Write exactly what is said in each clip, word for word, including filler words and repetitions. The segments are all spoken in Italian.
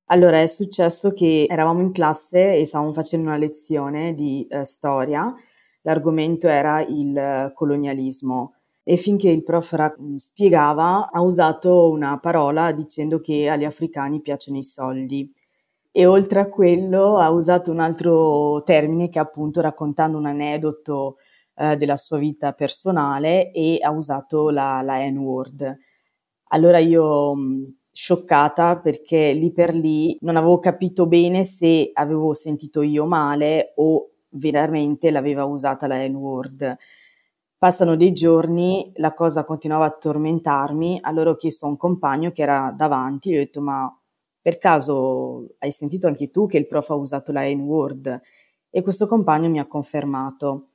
Allora, è successo che eravamo in classe e stavamo facendo una lezione di eh, storia, l'argomento era il eh, colonialismo e finché il prof ra- mh, spiegava ha usato una parola dicendo che agli africani piacciono i soldi e oltre a quello ha usato un altro termine che appunto raccontando un aneddoto eh, della sua vita personale e ha usato la, la N-word. Allora io mh, scioccata perché lì per lì non avevo capito bene se avevo sentito io male o veramente l'aveva usata la N-word. Passano dei giorni, la cosa continuava a tormentarmi, allora ho chiesto a un compagno che era davanti, gli ho detto ma per caso hai sentito anche tu che il prof ha usato la N-word? E questo compagno mi ha confermato.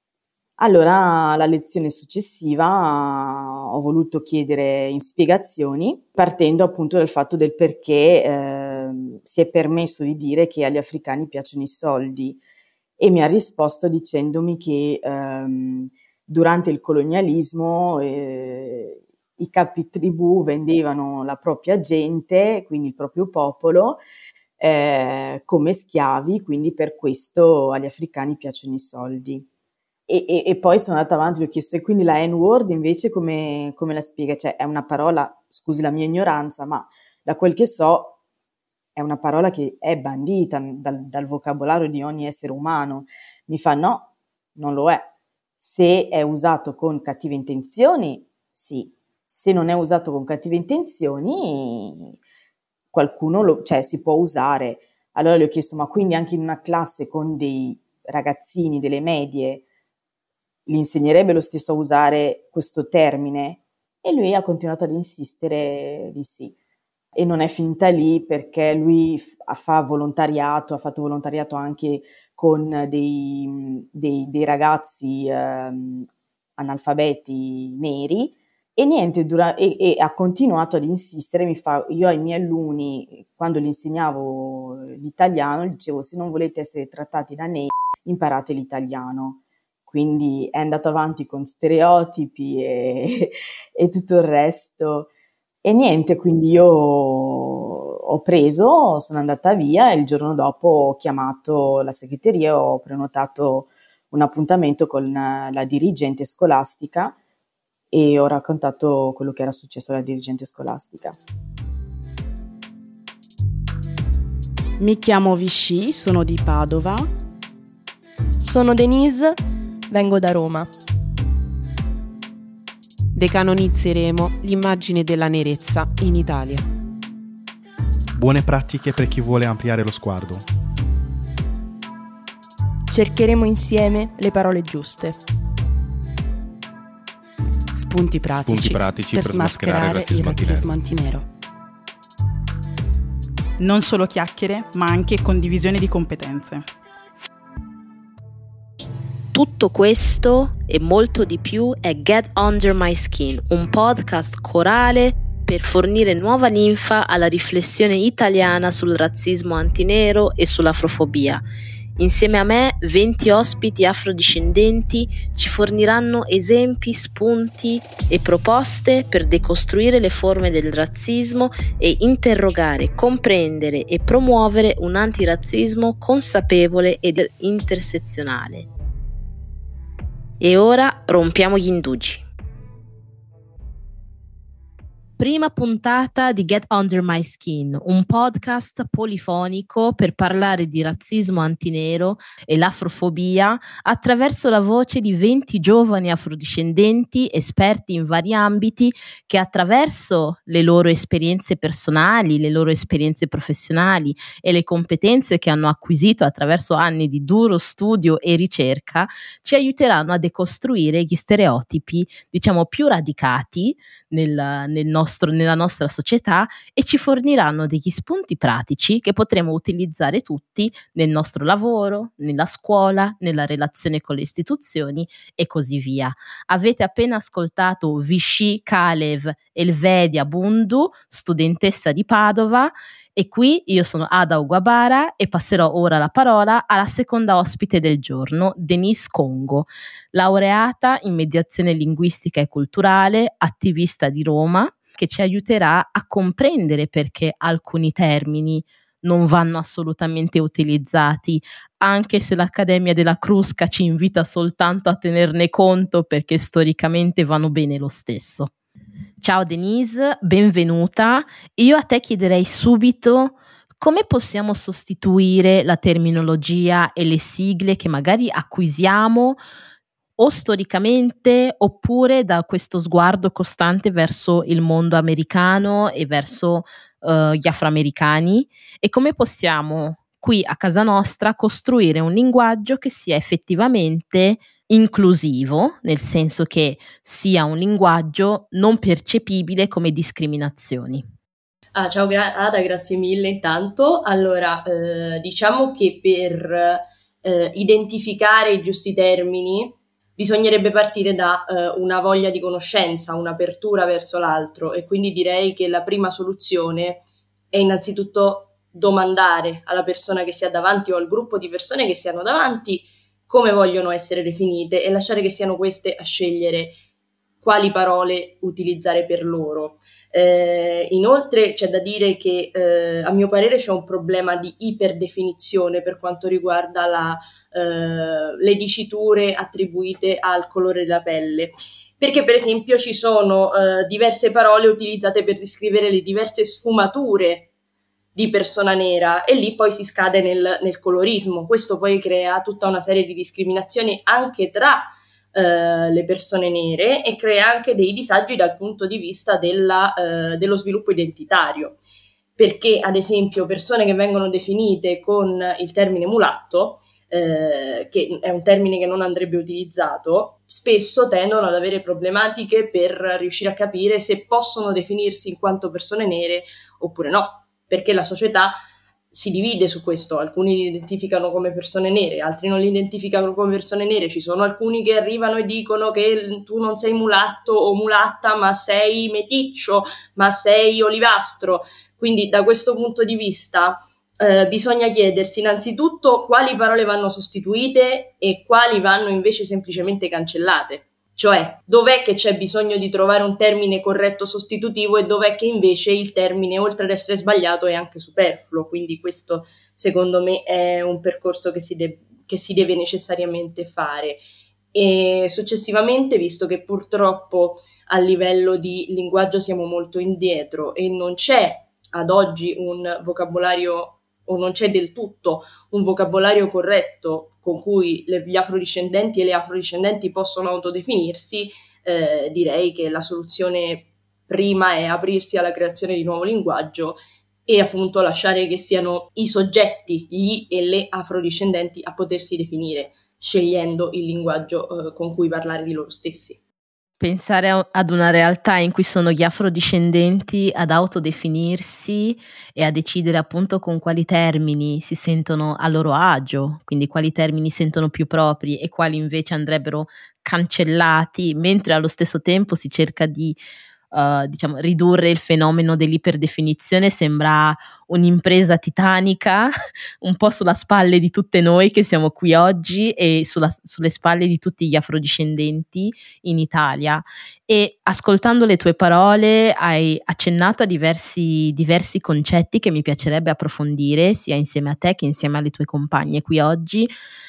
Allora, la lezione successiva ho voluto chiedere in spiegazioni, partendo appunto dal fatto del perché ehm, si è permesso di dire che agli africani piacciono i soldi e mi ha risposto dicendomi che ehm, durante il colonialismo eh, i capi tribù vendevano la propria gente, quindi il proprio popolo, eh, come schiavi, quindi per questo agli africani piacciono i soldi. E, e- e poi sono andata avanti, gli ho chiesto, e quindi la N-word invece come, come la spiega? Cioè è una parola, scusi la mia ignoranza, ma da quel che so è una parola che è bandita dal, dal vocabolario di ogni essere umano. Mi fa no, non lo è. Se è usato con cattive intenzioni, sì. Se non è usato con cattive intenzioni, qualcuno lo, cioè, si può usare. Allora le ho chiesto, ma quindi anche in una classe con dei ragazzini delle medie gli insegnerebbe lo stesso a usare questo termine? E lui ha continuato ad insistere di sì. E non è finita lì perché lui f- fa volontariato, ha fatto volontariato anche con dei, dei- dei ragazzi ehm, analfabeti neri e niente, dura- e, e ha continuato ad insistere, mi fa, io ai miei alunni, quando gli insegnavo l'italiano, gli dicevo se non volete essere trattati da neri, imparate l'italiano. Quindi è andato avanti con stereotipi e, e tutto il resto. E niente, quindi io ho preso, sono andata via e il giorno dopo ho chiamato la segreteria e ho prenotato un appuntamento con la dirigente scolastica e ho raccontato quello che era successo alla dirigente scolastica. Mi chiamo Vichy, sono di Padova. Sono Denise, vengo da Roma. Decanonizzeremo l'immagine della nerezza in Italia. Buone pratiche per chi vuole ampliare lo sguardo. Cercheremo insieme le parole giuste. Spunti pratici, Spunti pratici per, per smascherare il razzismo, il razzismo antinero. Non solo chiacchiere, ma anche condivisione di competenze. Tutto questo e molto di più è Get Under My Skin, un podcast corale per fornire nuova linfa alla riflessione italiana sul razzismo antinero e sull'afrofobia. Insieme a me, venti ospiti afrodiscendenti ci forniranno esempi, spunti e proposte per decostruire le forme del razzismo e interrogare, comprendere e promuovere un antirazzismo consapevole ed intersezionale. E ora rompiamo gli indugi. Prima puntata di Get Under My Skin, un podcast polifonico per parlare di razzismo antinero e l'afrofobia attraverso la voce di venti giovani afrodiscendenti esperti in vari ambiti che attraverso le loro esperienze personali, le loro esperienze professionali e le competenze che hanno acquisito attraverso anni di duro studio e ricerca ci aiuteranno a decostruire gli stereotipi, diciamo, più radicati nel, nel nostro, nella nostra società e ci forniranno degli spunti pratici che potremo utilizzare tutti nel nostro lavoro, nella scuola, nella relazione con le istituzioni e così via. Avete appena ascoltato Vichy Kalev Elvedia Bundu, studentessa di Padova, e qui io sono Ada Uguabara e passerò ora la parola alla seconda ospite del giorno, Denise Congo, laureata in mediazione linguistica e culturale, attivista di Roma, che ci aiuterà a comprendere perché alcuni termini non vanno assolutamente utilizzati, anche se l'Accademia della Crusca ci invita soltanto a tenerne conto perché storicamente vanno bene lo stesso. Ciao Denise, benvenuta. Io a te chiederei subito come possiamo sostituire la terminologia e le sigle che magari acquisiamo o storicamente oppure da questo sguardo costante verso il mondo americano e verso uh, gli afroamericani, e come possiamo qui a casa nostra costruire un linguaggio che sia effettivamente inclusivo, nel senso che sia un linguaggio non percepibile come discriminazioni. Ah, ciao gra- Ada, grazie mille intanto. Allora, eh, diciamo che per eh, identificare i giusti termini bisognerebbe partire da eh, una voglia di conoscenza, un'apertura verso l'altro, e quindi direi che la prima soluzione è innanzitutto domandare alla persona che si ha davanti o al gruppo di persone che si hanno davanti come vogliono essere definite e lasciare che siano queste a scegliere quali parole utilizzare per loro. Eh, inoltre c'è da dire che eh, a mio parere c'è un problema di iperdefinizione per quanto riguarda la, eh, le diciture attribuite al colore della pelle, perché per esempio ci sono eh, diverse parole utilizzate per descrivere le diverse sfumature di persona nera e lì poi si scade nel, nel colorismo. Questo poi crea tutta una serie di discriminazioni anche tra Uh, le persone nere e crea anche dei disagi dal punto di vista della, uh, dello sviluppo identitario, perché ad esempio persone che vengono definite con il termine mulatto, uh, che è un termine che non andrebbe utilizzato, spesso tendono ad avere problematiche per riuscire a capire se possono definirsi in quanto persone nere oppure no, perché la società si divide su questo, alcuni li identificano come persone nere, altri non li identificano come persone nere, ci sono alcuni che arrivano e dicono che tu non sei mulatto o mulatta ma sei meticcio, ma sei olivastro, quindi da questo punto di vista eh, bisogna chiedersi innanzitutto quali parole vanno sostituite e quali vanno invece semplicemente cancellate. Cioè, dov'è che c'è bisogno di trovare un termine corretto sostitutivo e dov'è che invece il termine, oltre ad essere sbagliato, è anche superfluo. Quindi questo, secondo me, è un percorso che si, de- che si deve necessariamente fare. E successivamente, visto che purtroppo a livello di linguaggio siamo molto indietro e non c'è ad oggi un vocabolario, o non c'è del tutto un vocabolario corretto con cui le, gli afrodiscendenti e le afrodiscendenti possono autodefinirsi, eh, direi che la soluzione prima è aprirsi alla creazione di nuovo linguaggio e appunto lasciare che siano i soggetti, gli e le afrodiscendenti, a potersi definire, scegliendo il linguaggio eh, con cui parlare di loro stessi. Pensare a, ad una realtà in cui sono gli afrodiscendenti ad autodefinirsi e a decidere appunto con quali termini si sentono a loro agio, quindi quali termini sentono più propri e quali invece andrebbero cancellati, mentre allo stesso tempo si cerca di Uh, diciamo ridurre il fenomeno dell'iperdefinizione, sembra un'impresa titanica un po' sulla spalle di tutte noi che siamo qui oggi e sulla, sulle spalle di tutti gli afrodiscendenti in Italia. E ascoltando le tue parole hai accennato a diversi, diversi concetti che mi piacerebbe approfondire sia insieme a te che insieme alle tue compagne qui oggi.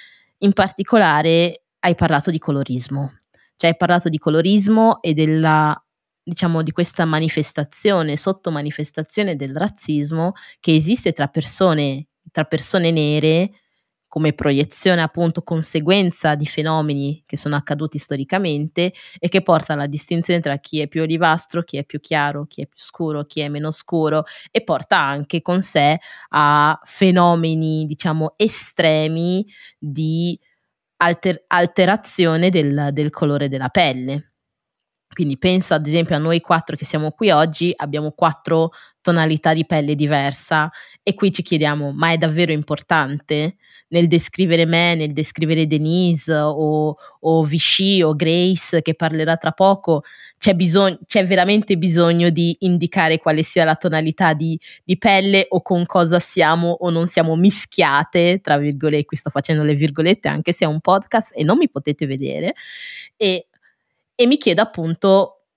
In particolare hai parlato di colorismo, cioè hai parlato di colorismo e della diciamo di questa manifestazione, sottomanifestazione del razzismo che esiste tra persone, tra persone nere come proiezione, appunto, conseguenza di fenomeni che sono accaduti storicamente e che porta alla distinzione tra chi è più olivastro, chi è più chiaro, chi è più scuro, chi è meno scuro, e porta anche con sé a fenomeni, diciamo, estremi di alter- alterazione del, del colore della pelle. Quindi penso ad esempio a noi quattro che siamo qui oggi, abbiamo quattro tonalità di pelle diversa e qui ci chiediamo, ma è davvero importante nel descrivere me, nel descrivere Denise o, o Vichy o Grace che parlerà tra poco, c'è, bisogno, c'è veramente bisogno di indicare quale sia la tonalità di, di pelle o con cosa siamo o non siamo mischiate, tra virgolette, qui sto facendo le virgolette anche se è un podcast e non mi potete vedere, e E mi chiedo appunto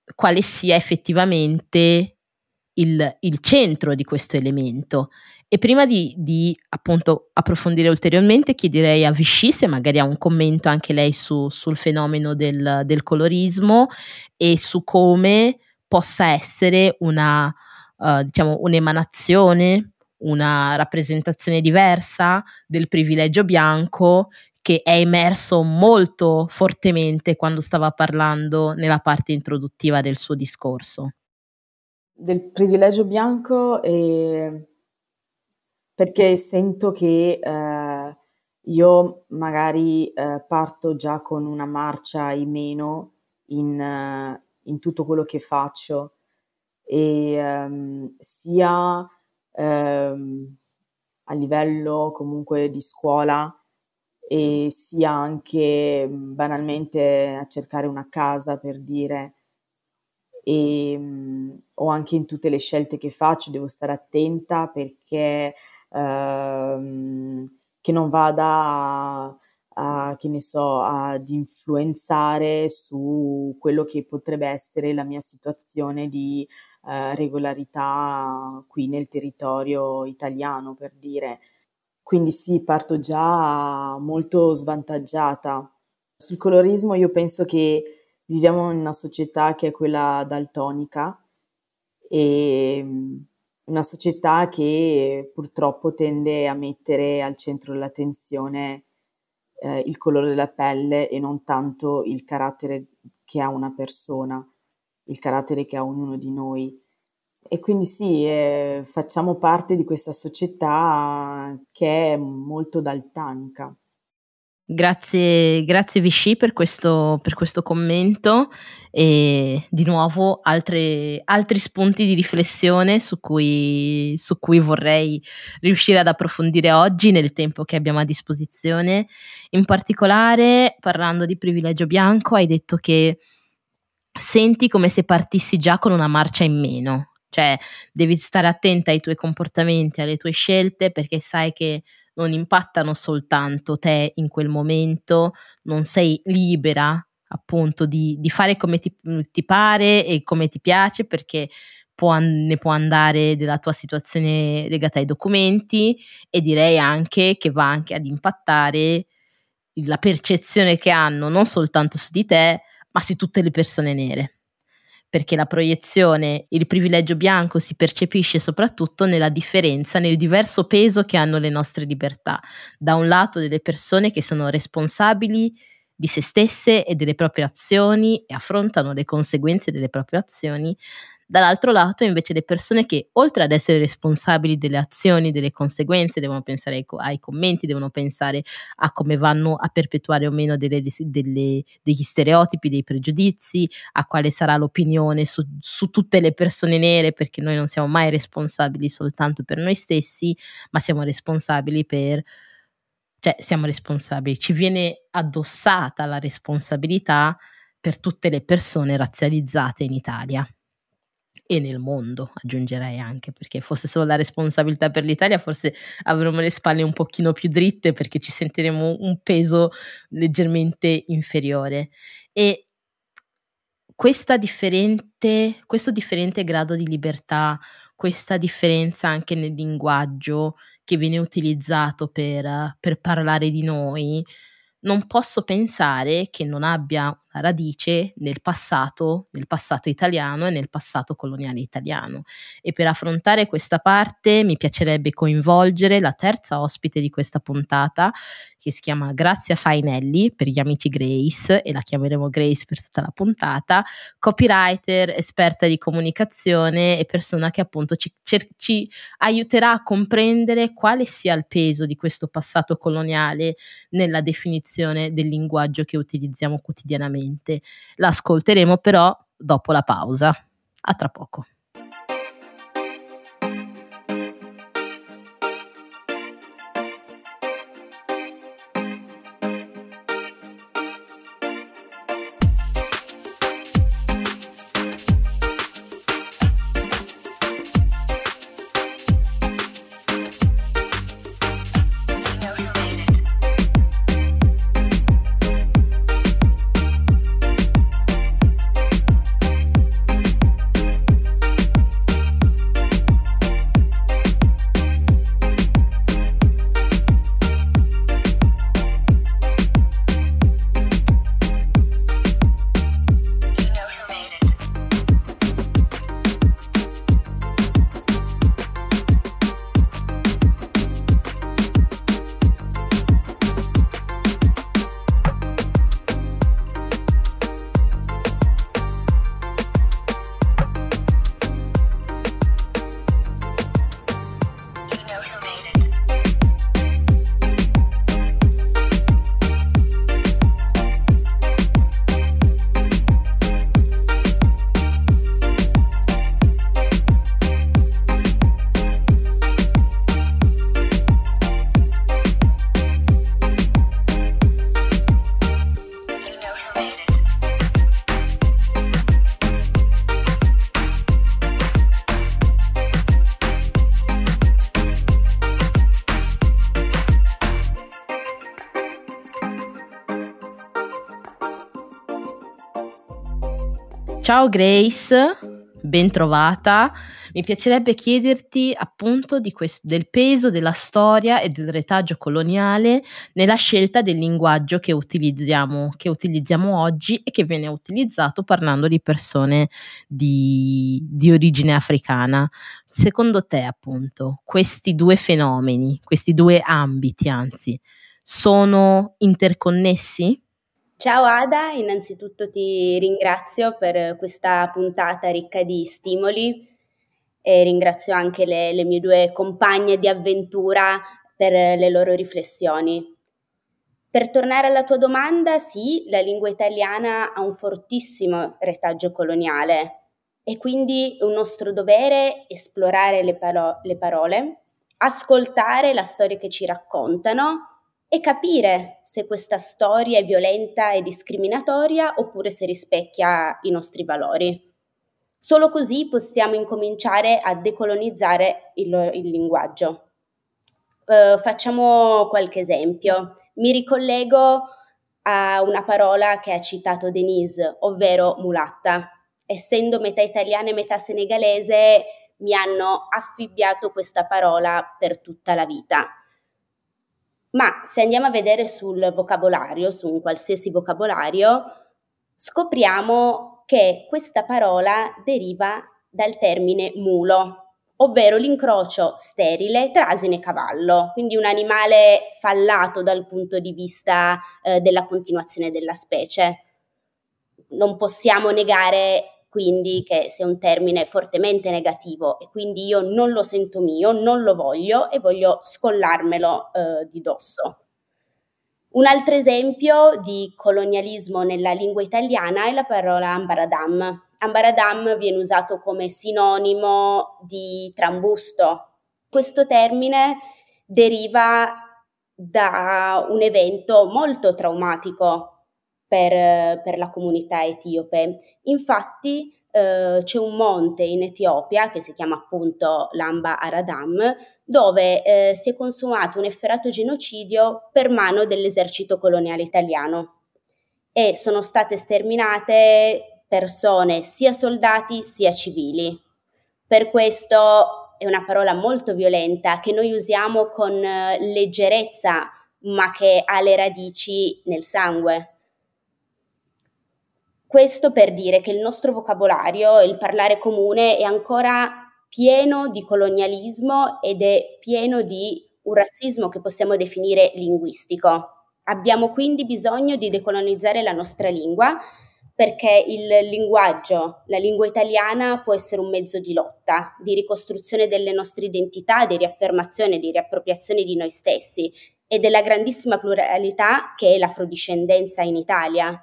quale sia effettivamente il, il centro di questo elemento. E prima di, di appunto approfondire ulteriormente, chiederei a Vichy se magari ha un commento anche lei su, sul fenomeno del, del colorismo e su come possa essere una, uh, diciamo, un'emanazione, una rappresentazione diversa del privilegio bianco che è emerso molto fortemente quando stava parlando nella parte introduttiva del suo discorso. Del privilegio bianco, e perché sento che eh, io magari eh, parto già con una marcia in meno in, uh, in tutto quello che faccio, e um, sia um, a livello comunque di scuola, e sia anche banalmente a cercare una casa, per dire, e, um, o anche in tutte le scelte che faccio devo stare attenta perché uh, che non vada a, a, che ne so, ad influenzare su quello che potrebbe essere la mia situazione di uh, regolarità qui nel territorio italiano, per dire. Quindi sì, parto già molto svantaggiata. Sul colorismo io penso che viviamo in una società che è quella daltonica, e una società che purtroppo tende a mettere al centro dell'attenzione eh, il colore della pelle e non tanto il carattere che ha una persona, il carattere che ha ognuno di noi. E quindi sì, eh, facciamo parte di questa società che è molto daltonica. Grazie, grazie Vichy per questo, per questo commento, e di nuovo altre, altri spunti di riflessione su cui, su cui vorrei riuscire ad approfondire oggi nel tempo che abbiamo a disposizione. In particolare, parlando di privilegio bianco, hai detto che senti come se partissi già con una marcia in meno, cioè devi stare attenta ai tuoi comportamenti, alle tue scelte, perché sai che non impattano soltanto te in quel momento, non sei libera appunto di, di fare come ti, ti pare e come ti piace, perché può, ne può andare della tua situazione legata ai documenti, e direi anche che va anche ad impattare la percezione che hanno non soltanto su di te, ma su tutte le persone nere. Perché la proiezione, il privilegio bianco si percepisce soprattutto nella differenza, nel diverso peso che hanno le nostre libertà. Da un lato delle persone che sono responsabili di se stesse e delle proprie azioni e affrontano le conseguenze delle proprie azioni, dall'altro lato invece le persone che, oltre ad essere responsabili delle azioni, delle conseguenze, devono pensare ai, ai commenti, devono pensare a come vanno a perpetuare o meno delle, delle, degli stereotipi, dei pregiudizi, a quale sarà l'opinione su, su tutte le persone nere, perché noi non siamo mai responsabili soltanto per noi stessi, ma siamo responsabili per, cioè siamo responsabili, ci viene addossata la responsabilità per tutte le persone razzializzate in Italia. E nel mondo, aggiungerei anche, perché fosse solo la responsabilità per l'Italia forse avremmo le spalle un pochino più dritte, perché ci sentiremo un peso leggermente inferiore. E questa differente, questo differente grado di libertà, questa differenza anche nel linguaggio che viene utilizzato per, per parlare di noi, non posso pensare che non abbia una radice nel passato, nel passato italiano e nel passato coloniale italiano. E per affrontare questa parte mi piacerebbe coinvolgere la terza ospite di questa puntata, che si chiama Grazia Fainelli, per gli amici Grace, e la chiameremo Grace per tutta la puntata, copywriter, esperta di comunicazione e persona che appunto ci, ci aiuterà a comprendere quale sia il peso di questo passato coloniale nella definizione del linguaggio che utilizziamo quotidianamente. La ascolteremo però dopo la pausa. A tra poco. Ciao Grace, ben trovata. Mi piacerebbe chiederti appunto di questo, del peso della storia e del retaggio coloniale nella scelta del linguaggio che utilizziamo, che utilizziamo oggi e che viene utilizzato parlando di persone di, di origine africana. Secondo te, appunto, questi due fenomeni, questi due ambiti, anzi, sono interconnessi? Ciao Ada, innanzitutto ti ringrazio per questa puntata ricca di stimoli e ringrazio anche le, le mie due compagne di avventura per le loro riflessioni. Per tornare alla tua domanda, sì, la lingua italiana ha un fortissimo retaggio coloniale e quindi è un nostro dovere esplorare le, paro- le parole, ascoltare la storia che ci raccontano e capire se questa storia è violenta e discriminatoria oppure se rispecchia i nostri valori. Solo così possiamo incominciare a decolonizzare il, il linguaggio. Uh, facciamo qualche esempio. Mi ricollego a una parola che ha citato Denise, ovvero mulatta. Essendo metà italiana e metà senegalese, mi hanno affibbiato questa parola per tutta la vita. Ma se andiamo a vedere sul vocabolario, su un qualsiasi vocabolario, scopriamo che questa parola deriva dal termine mulo, ovvero l'incrocio sterile tra asino e cavallo, quindi un animale fallato dal punto di vista eh, della continuazione della specie. Non possiamo negare quindi che sia un termine fortemente negativo e quindi io non lo sento mio, non lo voglio e voglio scollarmelo eh, di dosso. Un altro esempio di colonialismo nella lingua italiana è la parola ambaradam. Ambaradam viene usato come sinonimo di trambusto. Questo termine deriva da un evento molto traumatico per, per la comunità etiope. Infatti eh, c'è un monte in Etiopia che si chiama appunto l'Amba Aradam, dove eh, si è consumato un efferato genocidio per mano dell'esercito coloniale italiano e sono state sterminate persone, sia soldati sia civili. Per questo è una parola molto violenta che noi usiamo con eh, leggerezza, ma che ha le radici nel sangue. Questo per dire che il nostro vocabolario, il parlare comune, è ancora pieno di colonialismo ed è pieno di un razzismo che possiamo definire linguistico. Abbiamo quindi bisogno di decolonizzare la nostra lingua perché il linguaggio, la lingua italiana può essere un mezzo di lotta, di ricostruzione delle nostre identità, di riaffermazione, di riappropriazione di noi stessi e della grandissima pluralità che è l'afrodiscendenza in Italia.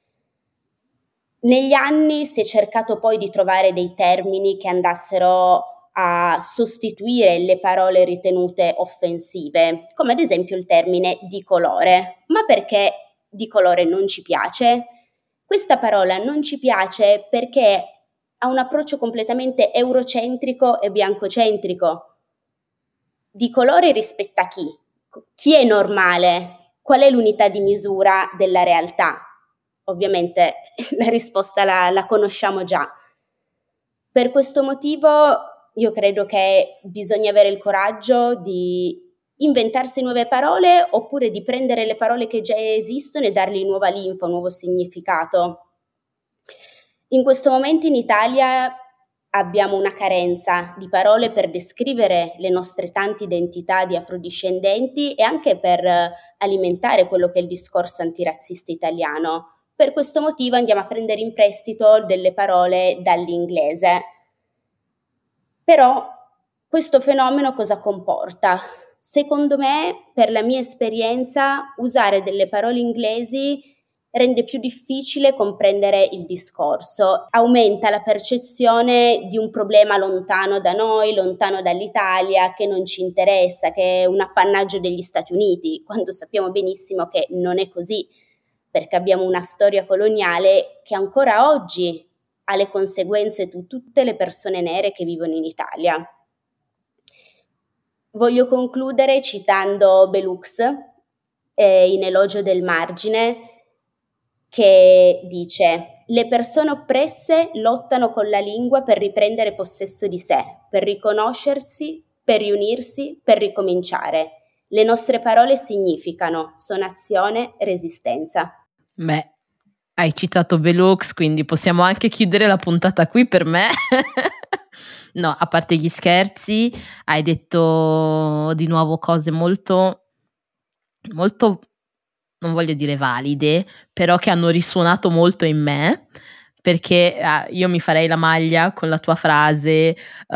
Negli anni si è cercato poi di trovare dei termini che andassero a sostituire le parole ritenute offensive, come ad esempio il termine di colore. Ma perché di colore non ci piace? Questa parola non ci piace perché ha un approccio completamente eurocentrico e biancocentrico. Di colore rispetto a chi? Chi è normale? Qual è l'unità di misura della realtà? Ovviamente la risposta la, la conosciamo già. Per questo motivo io credo che bisogna avere il coraggio di inventarsi nuove parole oppure di prendere le parole che già esistono e dargli nuova linfa, nuovo significato. In questo momento in Italia abbiamo una carenza di parole per descrivere le nostre tante identità di afrodiscendenti e anche per alimentare quello che è il discorso antirazzista italiano. Per questo motivo andiamo a prendere in prestito delle parole dall'inglese. Però questo fenomeno cosa comporta? Secondo me, per la mia esperienza, usare delle parole inglesi rende più difficile comprendere il discorso, aumenta la percezione di un problema lontano da noi, lontano dall'Italia, che non ci interessa, che è un appannaggio degli Stati Uniti, quando sappiamo benissimo che non è così, perché abbiamo una storia coloniale che ancora oggi ha le conseguenze su tutte le persone nere che vivono in Italia. Voglio concludere citando Belux eh, in Elogio del margine, che dice: le persone oppresse lottano con la lingua per riprendere possesso di sé, per riconoscersi, per riunirsi, per ricominciare. Le nostre parole significano, sono azione, resistenza. Beh, hai citato Belux, quindi possiamo anche chiudere la puntata qui per me. No, a parte gli scherzi, hai detto di nuovo cose molto, molto, non voglio dire valide, però che hanno risuonato molto in me, perché eh, io mi farei la maglia con la tua frase, eh,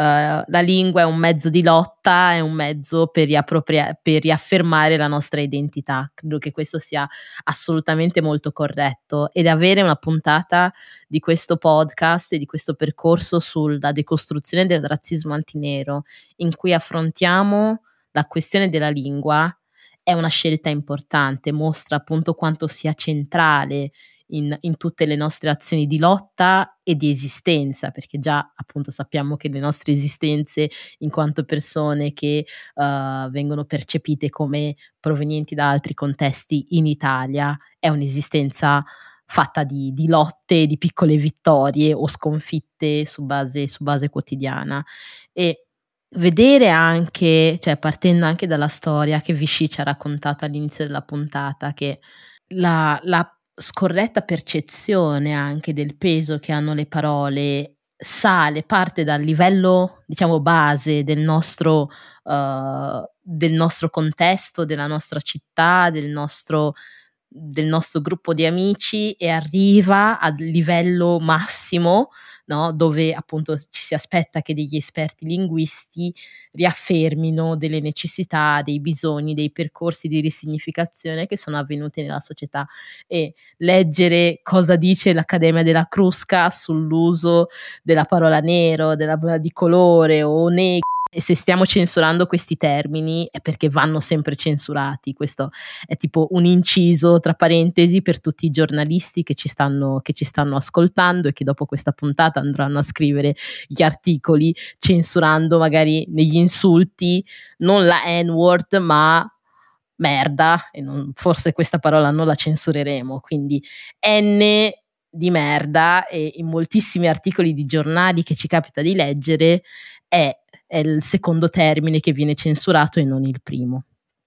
la lingua è un mezzo di lotta, è un mezzo per, riappropria- per riaffermare la nostra identità. Credo che questo sia assolutamente molto corretto, ed avere una puntata di questo podcast e di questo percorso sulla decostruzione del razzismo antinero, in cui affrontiamo la questione della lingua, è una scelta importante, mostra appunto quanto sia centrale In, in tutte le nostre azioni di lotta e di esistenza, perché già appunto sappiamo che le nostre esistenze in quanto persone che uh, vengono percepite come provenienti da altri contesti in Italia è un'esistenza fatta di, di lotte, di piccole vittorie o sconfitte su base, su base quotidiana. E vedere anche, cioè partendo anche dalla storia che Vichy ci ha raccontato all'inizio della puntata, che la, la scorretta percezione anche del peso che hanno le parole sale, parte dal livello, diciamo, base del nostro, uh, del nostro contesto, della nostra città, del nostro, del nostro gruppo di amici, e arriva al livello massimo, no? Dove appunto ci si aspetta che degli esperti linguisti riaffermino delle necessità, dei bisogni, dei percorsi di risignificazione che sono avvenuti nella società. E leggere cosa dice l'Accademia della Crusca sull'uso della parola nero, della parola di colore o negro, e se stiamo censurando questi termini è perché vanno sempre censurati. Questo è tipo un inciso tra parentesi per tutti i giornalisti che ci stanno, che ci stanno ascoltando e che dopo questa puntata andranno a scrivere gli articoli censurando magari negli insulti non la N-word ma merda, e non, forse questa parola non la censureremo, quindi N di merda, e in moltissimi articoli di giornali che ci capita di leggere è, è il secondo termine che viene censurato e non il primo.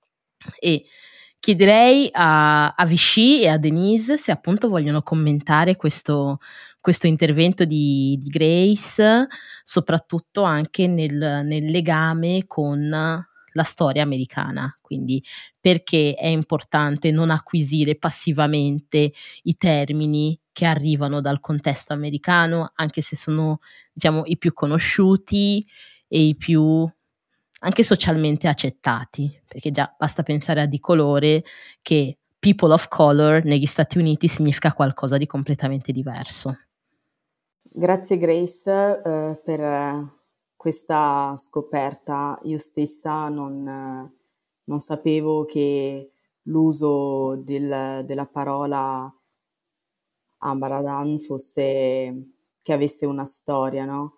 E chiederei a, a Vichy e a Denise se appunto vogliono commentare questo, questo intervento di, di Grace, soprattutto anche nel, nel legame con la storia americana, quindi perché è importante non acquisire passivamente i termini che arrivano dal contesto americano, anche se sono, diciamo, i più conosciuti e i più anche socialmente accettati, perché già basta pensare a di colore, che people of color negli Stati Uniti significa qualcosa di completamente diverso. Grazie Grace eh, per questa scoperta. Io stessa non, non sapevo che l'uso del, della parola Ambaradan fosse, che avesse una storia, no?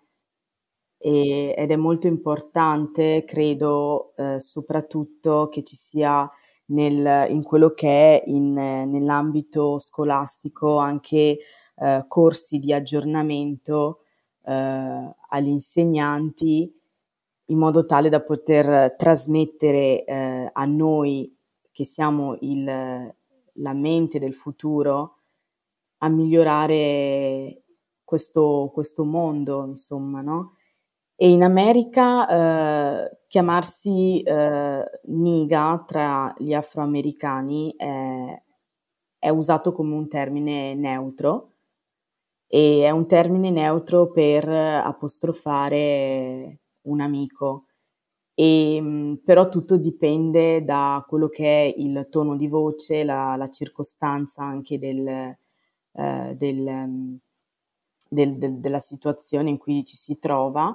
E, ed è molto importante, credo, eh, soprattutto che ci sia nel, in quello che è in, nell'ambito scolastico anche eh, corsi di aggiornamento eh, agli insegnanti, in modo tale da poter trasmettere eh, a noi che siamo il, la mente del futuro a migliorare questo, questo mondo, insomma, no? E in America eh, chiamarsi eh, niga tra gli afroamericani è, è usato come un termine neutro, e è un termine neutro per apostrofare un amico, e, però tutto dipende da quello che è il tono di voce, la, la circostanza anche del, eh, del, del, del, della situazione in cui ci si trova,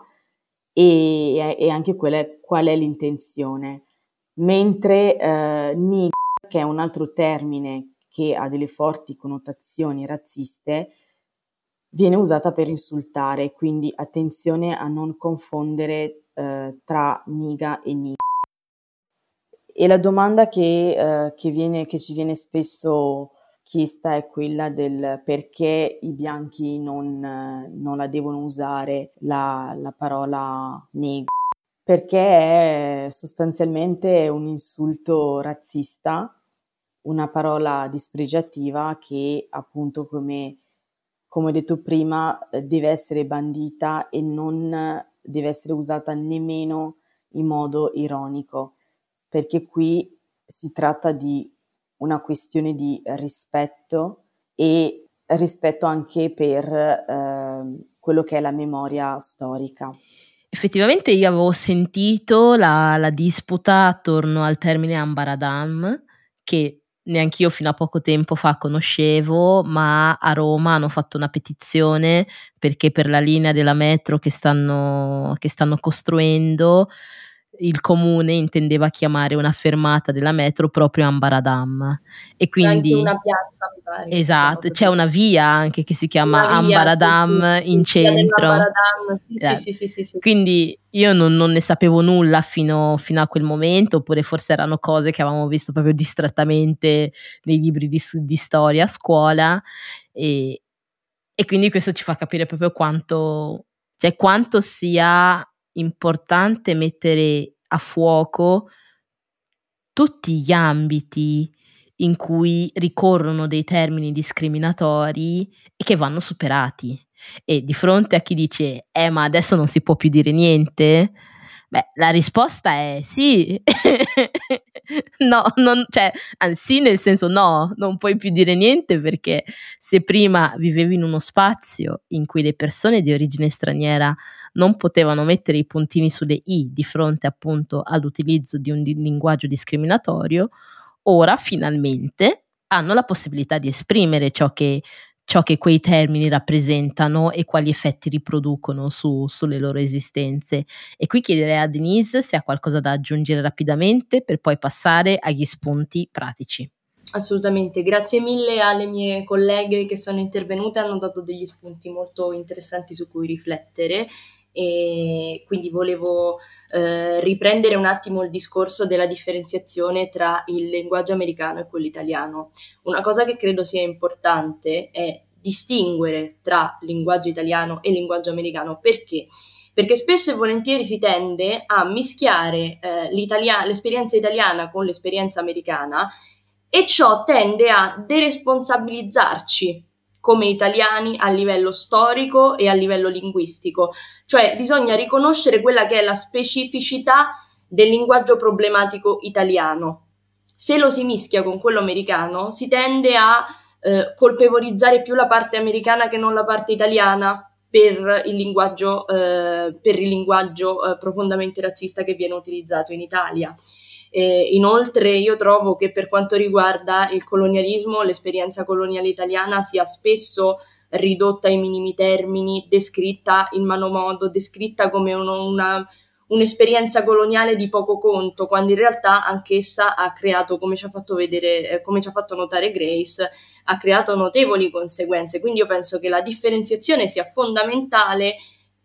e, e anche quella, qual è l'intenzione. Mentre eh, nigger, che è un altro termine che ha delle forti connotazioni razziste, viene usata per insultare, quindi attenzione a non confondere eh, tra niga e nigger. E la domanda che, eh, che, viene, che ci viene spesso chiesta è quella del perché i bianchi non, non la devono usare la, la parola negro, perché è sostanzialmente un insulto razzista, una parola dispregiativa che appunto come, come ho detto prima deve essere bandita e non deve essere usata nemmeno in modo ironico, perché qui si tratta di una questione di rispetto e rispetto anche per eh, quello che è la memoria storica. Effettivamente io avevo sentito la, la disputa attorno al termine Ambaradam, che neanch'io fino a poco tempo fa conoscevo, ma a Roma hanno fatto una petizione perché per la linea della metro che stanno, che stanno costruendo il comune intendeva chiamare una fermata della metro proprio Ambaradam e quindi c'è anche una piazza, mi pare, esatto, c'è una via anche che si chiama una via, Ambaradam sì, sì, in sì, via centro. dell'Ambaradam, sì, Eh, sì, sì, sì, sì. Quindi io non, non ne sapevo nulla fino, fino a quel momento, oppure forse erano cose che avevamo visto proprio distrattamente nei libri di, di storia a scuola e, e quindi questo ci fa capire proprio quanto, cioè quanto sia importante mettere a fuoco tutti gli ambiti in cui ricorrono dei termini discriminatori e che vanno superati. E di fronte a chi dice eh ma adesso non si può più dire niente, beh la risposta è sì. no, non, cioè sì nel senso no, non puoi più dire niente perché se prima vivevi in uno spazio in cui le persone di origine straniera non potevano mettere i puntini sulle i di fronte appunto all'utilizzo di un di linguaggio discriminatorio, ora finalmente hanno la possibilità di esprimere ciò che, ciò che quei termini rappresentano e quali effetti riproducono su, sulle loro esistenze. E qui chiederei a Denise se ha qualcosa da aggiungere rapidamente per poi passare agli spunti pratici. Assolutamente, grazie mille alle mie colleghe che sono intervenute, hanno dato degli spunti molto interessanti su cui riflettere e quindi volevo eh, riprendere un attimo il discorso della differenziazione tra il linguaggio americano e quello italiano. Una cosa che credo sia importante è distinguere tra linguaggio italiano e linguaggio americano. Perché? Perché spesso e volentieri si tende a mischiare eh, l'italia- l'esperienza italiana con l'esperienza americana e ciò tende a deresponsabilizzarci come italiani a livello storico e a livello linguistico. Cioè bisogna riconoscere quella che è la specificità del linguaggio problematico italiano. Se lo si mischia con quello americano, si tende a eh, colpevolizzare più la parte americana che non la parte italiana per il linguaggio, eh, per il linguaggio eh, profondamente razzista che viene utilizzato in Italia. Eh, inoltre io trovo che per quanto riguarda il colonialismo, l'esperienza coloniale italiana sia spesso ridotta ai minimi termini, descritta in malo modo, descritta come uno, una, un'esperienza coloniale di poco conto, quando in realtà anch'essa ha creato, come ci ha fatto vedere, eh, come ci ha fatto notare Grace, ha creato notevoli conseguenze. Quindi io penso che la differenziazione sia fondamentale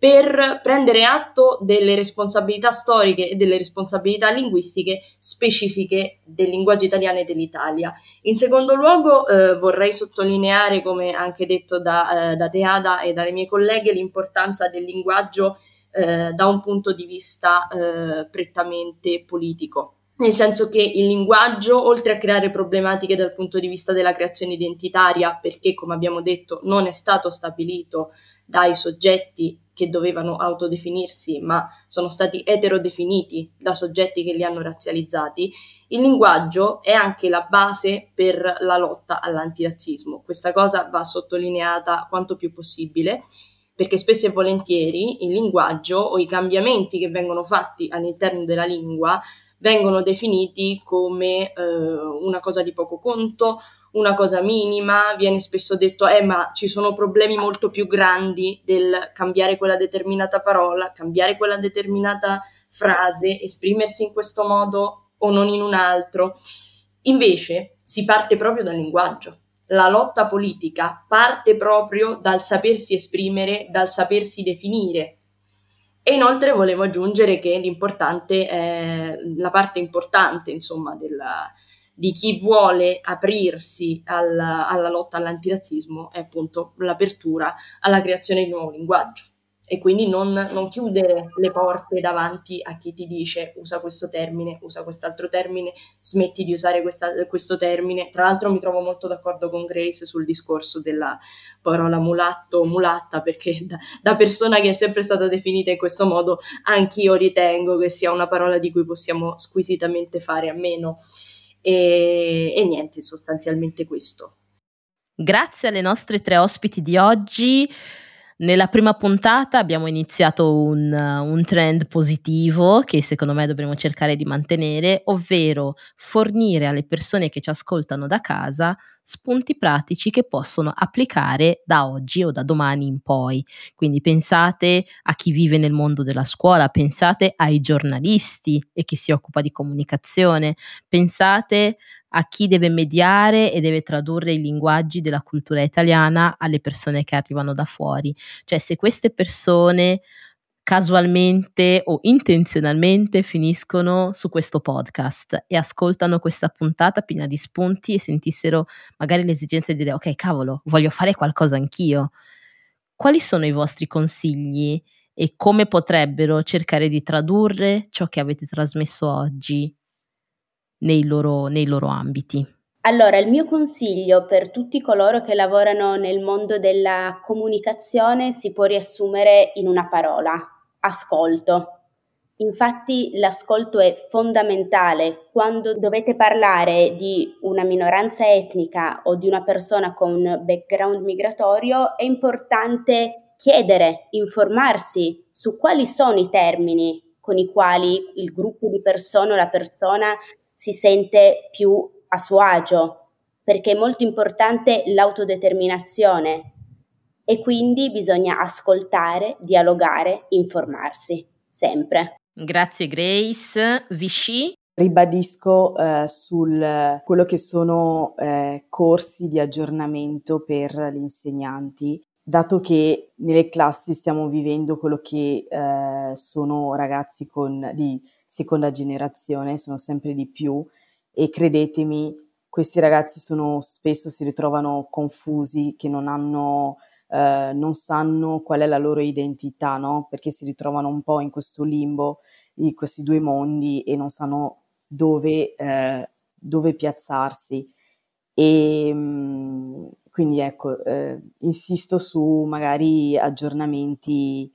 per prendere atto delle responsabilità storiche e delle responsabilità linguistiche specifiche del linguaggio italiano e dell'Italia. In secondo luogo eh, vorrei sottolineare, come anche detto da, eh, da Teada e dalle mie colleghe, l'importanza del linguaggio eh, da un punto di vista eh, prettamente politico. Nel senso che il linguaggio, oltre a creare problematiche dal punto di vista della creazione identitaria, perché come abbiamo detto non è stato stabilito dai soggetti che dovevano autodefinirsi, ma sono stati eterodefiniti da soggetti che li hanno razzializzati, il linguaggio è anche la base per la lotta all'antirazzismo. Questa cosa va sottolineata quanto più possibile, perché spesso e volentieri il linguaggio o i cambiamenti che vengono fatti all'interno della lingua vengono definiti come eh, una cosa di poco conto, una cosa minima. Viene spesso detto eh ma ci sono problemi molto più grandi del cambiare quella determinata parola, cambiare quella determinata frase, esprimersi in questo modo o non in un altro. Invece si parte proprio dal linguaggio. La lotta politica parte proprio dal sapersi esprimere, dal sapersi definire. E inoltre volevo aggiungere che l'importante è la parte importante, insomma, della, di chi vuole aprirsi alla, alla lotta all'antirazzismo è appunto l'apertura alla creazione di un nuovo linguaggio. E quindi non, non chiudere le porte davanti a chi ti dice usa questo termine, usa quest'altro termine, smetti di usare questa, questo termine. Tra l'altro mi trovo molto d'accordo con Grace sul discorso della parola mulatto o mulatta, perché da, da persona che è sempre stata definita in questo modo, anch'io ritengo che sia una parola di cui possiamo squisitamente fare a meno. E, e niente, sostanzialmente questo. Grazie alle nostre tre ospiti di oggi. Nella prima puntata abbiamo iniziato un, un trend positivo che secondo me dovremo cercare di mantenere, ovvero fornire alle persone che ci ascoltano da casa spunti pratici che possono applicare da oggi o da domani in poi. Quindi pensate a chi vive nel mondo della scuola, pensate ai giornalisti e chi si occupa di comunicazione, pensate a chi deve mediare e deve tradurre i linguaggi della cultura italiana alle persone che arrivano da fuori. Cioè, se queste persone casualmente o intenzionalmente finiscono su questo podcast e ascoltano questa puntata piena di spunti e sentissero magari l'esigenza di dire ok, cavolo, voglio fare qualcosa anch'io, quali sono i vostri consigli e come potrebbero cercare di tradurre ciò che avete trasmesso oggi nei loro, nei loro ambiti? Allora, il mio consiglio per tutti coloro che lavorano nel mondo della comunicazione si può riassumere in una parola: ascolto. Infatti l'ascolto è fondamentale quando dovete parlare di una minoranza etnica o di una persona con background migratorio. È importante chiedere, informarsi su quali sono i termini con i quali il gruppo di persone o la persona si sente più a suo agio, perché è molto importante l'autodeterminazione e quindi bisogna ascoltare, dialogare, informarsi, sempre. Grazie Grace. Vichy? Ribadisco eh, sul quello che sono eh, corsi di aggiornamento per gli insegnanti, dato che nelle classi stiamo vivendo quello che eh, sono ragazzi con, di seconda generazione, sono sempre di più, e credetemi, questi ragazzi sono spesso si ritrovano confusi, che non hanno, eh, non sanno qual è la loro identità, no? Perché si ritrovano un po' in questo limbo di questi due mondi e non sanno dove, eh, dove piazzarsi. E mh, quindi ecco, eh, insisto su magari aggiornamenti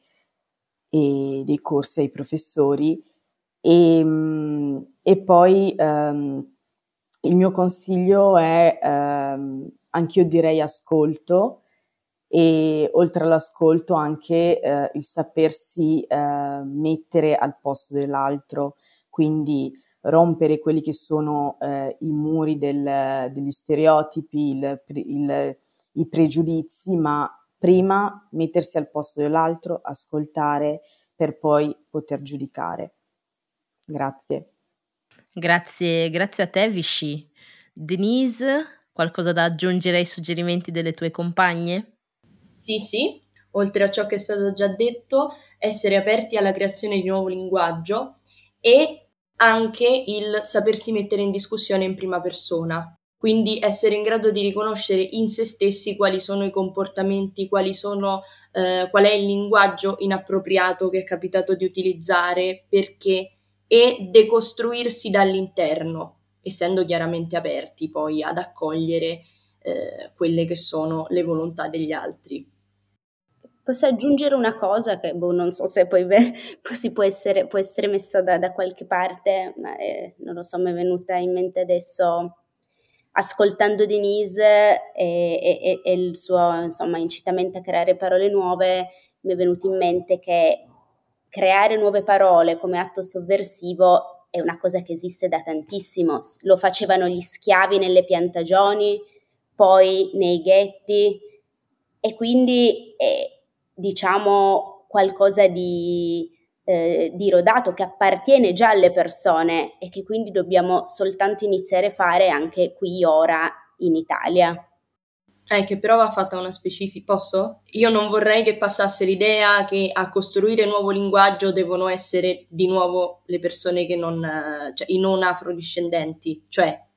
e dei corsi ai professori. E, mh, e poi um, il mio consiglio è, um, anch'io direi ascolto, e oltre all'ascolto anche uh, il sapersi uh, mettere al posto dell'altro, quindi rompere quelli che sono uh, i muri del, degli stereotipi, il, il, i pregiudizi, ma prima mettersi al posto dell'altro, ascoltare per poi poter giudicare. Grazie. Grazie, grazie a te Vichy. Denise, qualcosa da aggiungere ai suggerimenti delle tue compagne? Sì, sì, oltre a ciò che è stato già detto, essere aperti alla creazione di nuovo linguaggio e anche il sapersi mettere in discussione in prima persona. Quindi essere in grado di riconoscere in se stessi quali sono i comportamenti, quali sono, eh, qual è il linguaggio inappropriato che è capitato di utilizzare, perché, e decostruirsi dall'interno, essendo chiaramente aperti poi ad accogliere eh, quelle che sono le volontà degli altri. Posso aggiungere una cosa che boh, non so se poi beh, si può essere, può essere messa da, da qualche parte, ma eh, non lo so, mi è venuta in mente adesso ascoltando Denise e, e, e il suo insomma incitamento a creare parole nuove. Mi è venuto in mente che creare nuove parole come atto sovversivo è una cosa che esiste da tantissimo. Lo facevano gli schiavi nelle piantagioni, poi nei ghetti, e quindi è, diciamo, qualcosa di, eh, di rodato che appartiene già alle persone e che quindi dobbiamo soltanto iniziare a fare anche qui ora in Italia. Eh, che però va fatta una specifica... Posso? Io non vorrei che passasse l'idea che a costruire nuovo linguaggio devono essere di nuovo le persone che non... cioè i non afrodiscendenti. Cioè,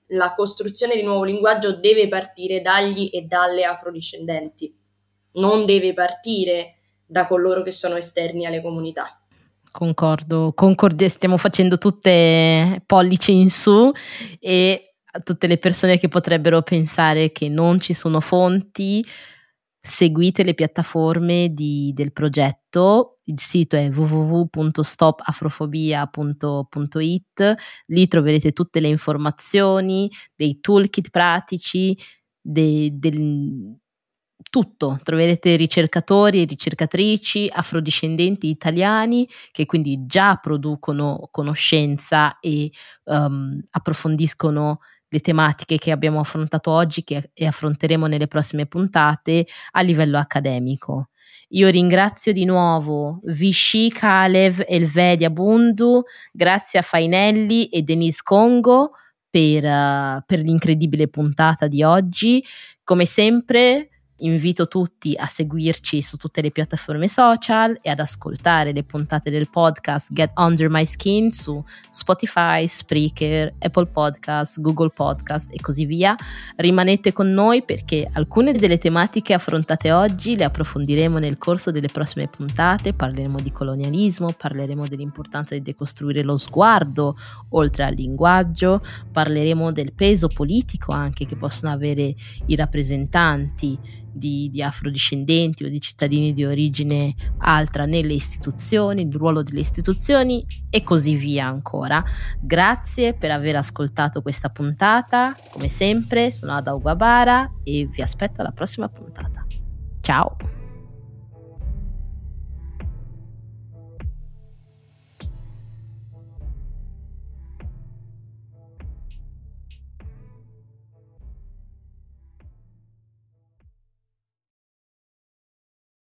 la costruzione di nuovo linguaggio deve partire dagli e dalle afrodiscendenti, non deve partire da coloro che sono esterni alle comunità. Concordo, concordo, stiamo facendo tutte pollice in su, e a tutte le persone che potrebbero pensare che non ci sono fonti, seguite le piattaforme di, del progetto. Il sito è w w w punto stop afrofobia punto it, lì troverete tutte le informazioni, dei toolkit pratici, dei, del, tutto. Troverete ricercatori e ricercatrici afrodiscendenti italiani che quindi già producono conoscenza e um, approfondiscono le tematiche che abbiamo affrontato oggi che, e affronteremo nelle prossime puntate a livello accademico. Io ringrazio di nuovo Vishy Kalev Elvedia Bundu, grazie a Fainelli e Denise Congo per, uh, per l'incredibile puntata di oggi. Come sempre invito tutti a seguirci su tutte le piattaforme social e ad ascoltare le puntate del podcast Get Under My Skin su Spotify, Spreaker, Apple Podcast, Google Podcast e così via. Rimanete con noi perché alcune delle tematiche affrontate oggi le approfondiremo nel corso delle prossime puntate. Parleremo di colonialismo, parleremo dell'importanza di decostruire lo sguardo oltre al linguaggio, parleremo del peso politico anche che possono avere i rappresentanti Di, di afrodiscendenti o di cittadini di origine altra nelle istituzioni, il ruolo delle istituzioni e così via ancora. Grazie per aver ascoltato questa puntata. Come sempre sono Ada Ugabara e vi aspetto alla prossima puntata. Ciao!